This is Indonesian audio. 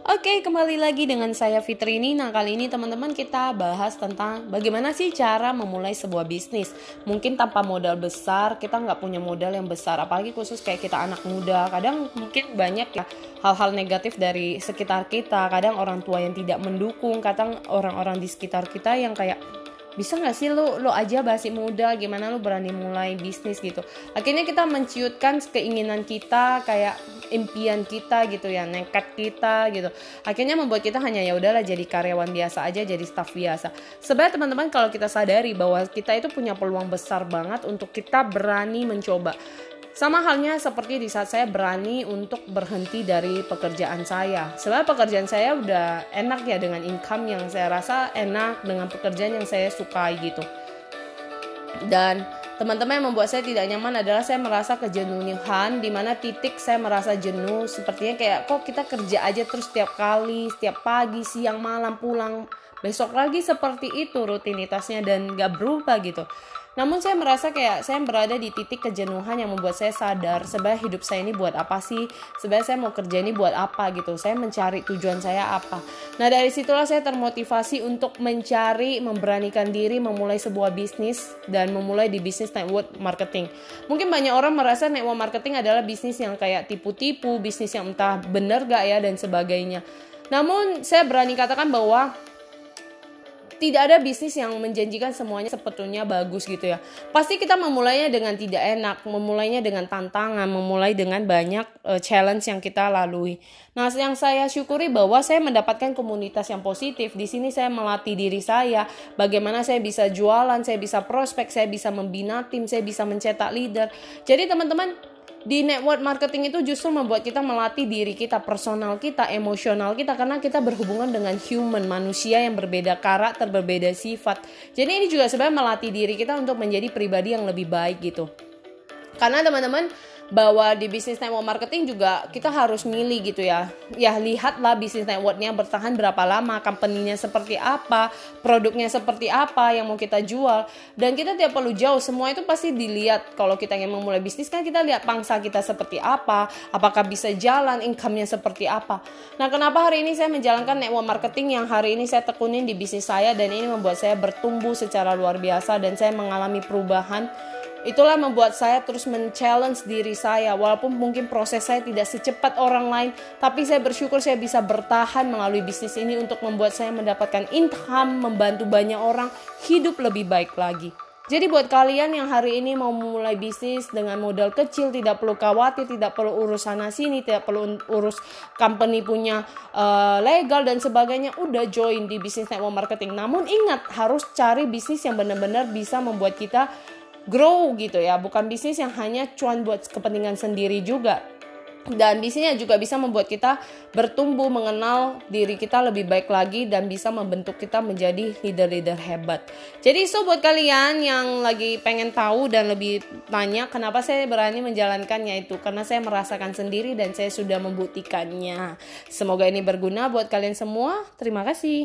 Oke, kembali lagi dengan saya Fitri ini. Nah, kali ini teman-teman kita bahas tentang bagaimana sih cara memulai sebuah bisnis. Mungkin tanpa modal besar, kita nggak punya modal yang besar. Apalagi khusus kayak kita anak muda. Kadang mungkin banyak ya hal-hal negatif dari sekitar kita. Kadang orang tua yang tidak mendukung. Kadang orang-orang di sekitar kita yang kayak, bisa nggak sih lu aja masih muda, gimana lu berani mulai bisnis gitu. Akhirnya kita menciutkan keinginan kita, kayak impian kita gitu ya, nekat kita gitu. Akhirnya membuat kita hanya ya udahlah jadi karyawan biasa aja, jadi staff biasa. Sebenarnya teman-teman, kalau kita sadari bahwa kita itu punya peluang besar banget untuk kita berani mencoba. Sama halnya seperti di saat saya berani untuk berhenti dari pekerjaan saya. Sebenarnya pekerjaan saya udah enak ya, dengan income yang saya rasa enak, dengan pekerjaan yang saya sukai gitu. Dan teman-teman yang membuat saya tidak nyaman adalah saya merasa kejenuhan, di mana titik saya merasa jenuh. Sepertinya kayak kok kita kerja aja terus setiap kali, setiap pagi, siang, malam, pulang besok lagi seperti itu rutinitasnya dan gak berubah gitu. Namun saya merasa kayak saya berada di titik kejenuhan yang membuat saya sadar sebenarnya hidup saya ini buat apa sih, sebenarnya saya mau kerja ini buat apa gitu, saya mencari tujuan saya apa. Nah, dari situlah saya termotivasi untuk mencari, memberanikan diri memulai sebuah bisnis dan memulai di bisnis network marketing. Mungkin banyak orang merasa network marketing adalah bisnis yang kayak tipu-tipu, bisnis yang entah benar gak ya dan sebagainya. Namun saya berani katakan bahwa tidak ada bisnis yang menjanjikan semuanya sebetulnya bagus gitu ya. Pasti kita memulainya dengan tidak enak, memulainya dengan tantangan, memulai dengan banyak challenge yang kita lalui. Nah, yang saya syukuri bahwa saya mendapatkan komunitas yang positif. Di sini saya melatih diri saya, bagaimana saya bisa jualan, saya bisa prospek, saya bisa membina tim, saya bisa mencetak leader. Jadi teman-teman, di network marketing itu justru membuat kita melatih diri kita, personal kita, emosional kita, karena kita berhubungan dengan human, manusia yang berbeda karakter, berbeda sifat. Jadi ini juga sebenarnya melatih diri kita untuk menjadi pribadi yang lebih baik gitu. Karena teman-teman, bahwa di bisnis network marketing juga kita harus milih gitu ya. Ya, lihatlah bisnis networknya bertahan berapa lama, company-nya seperti apa, produknya seperti apa yang mau kita jual. Dan kita tidak perlu jauh, semua itu pasti dilihat. Kalau kita ingin memulai bisnis kan kita lihat pangsa kita seperti apa, apakah bisa jalan, income-nya seperti apa. Nah, kenapa hari ini saya menjalankan network marketing yang hari ini saya tekunin di bisnis saya, dan ini membuat saya bertumbuh secara luar biasa dan saya mengalami perubahan. Itulah membuat saya terus men-challenge diri saya. Walaupun mungkin proses saya tidak secepat orang lain, tapi saya bersyukur saya bisa bertahan melalui bisnis ini untuk membuat saya mendapatkan income, membantu banyak orang hidup lebih baik lagi. Jadi buat kalian yang hari ini mau memulai bisnis dengan modal kecil, tidak perlu khawatir, tidak perlu urus sana sini, tidak perlu urus company punya legal dan sebagainya, udah join di bisnis network marketing. Namun ingat, harus cari bisnis yang benar-benar bisa membuat kita grow gitu ya, bukan bisnis yang hanya cuan buat kepentingan sendiri juga. Dan bisnisnya juga bisa membuat kita bertumbuh, mengenal diri kita lebih baik lagi, dan bisa membentuk kita menjadi leader-leader hebat. Jadi buat kalian yang lagi pengen tahu dan lebih tanya kenapa saya berani menjalankannya, itu karena saya merasakan sendiri dan saya sudah membuktikannya. Semoga ini berguna buat kalian semua. Terima kasih.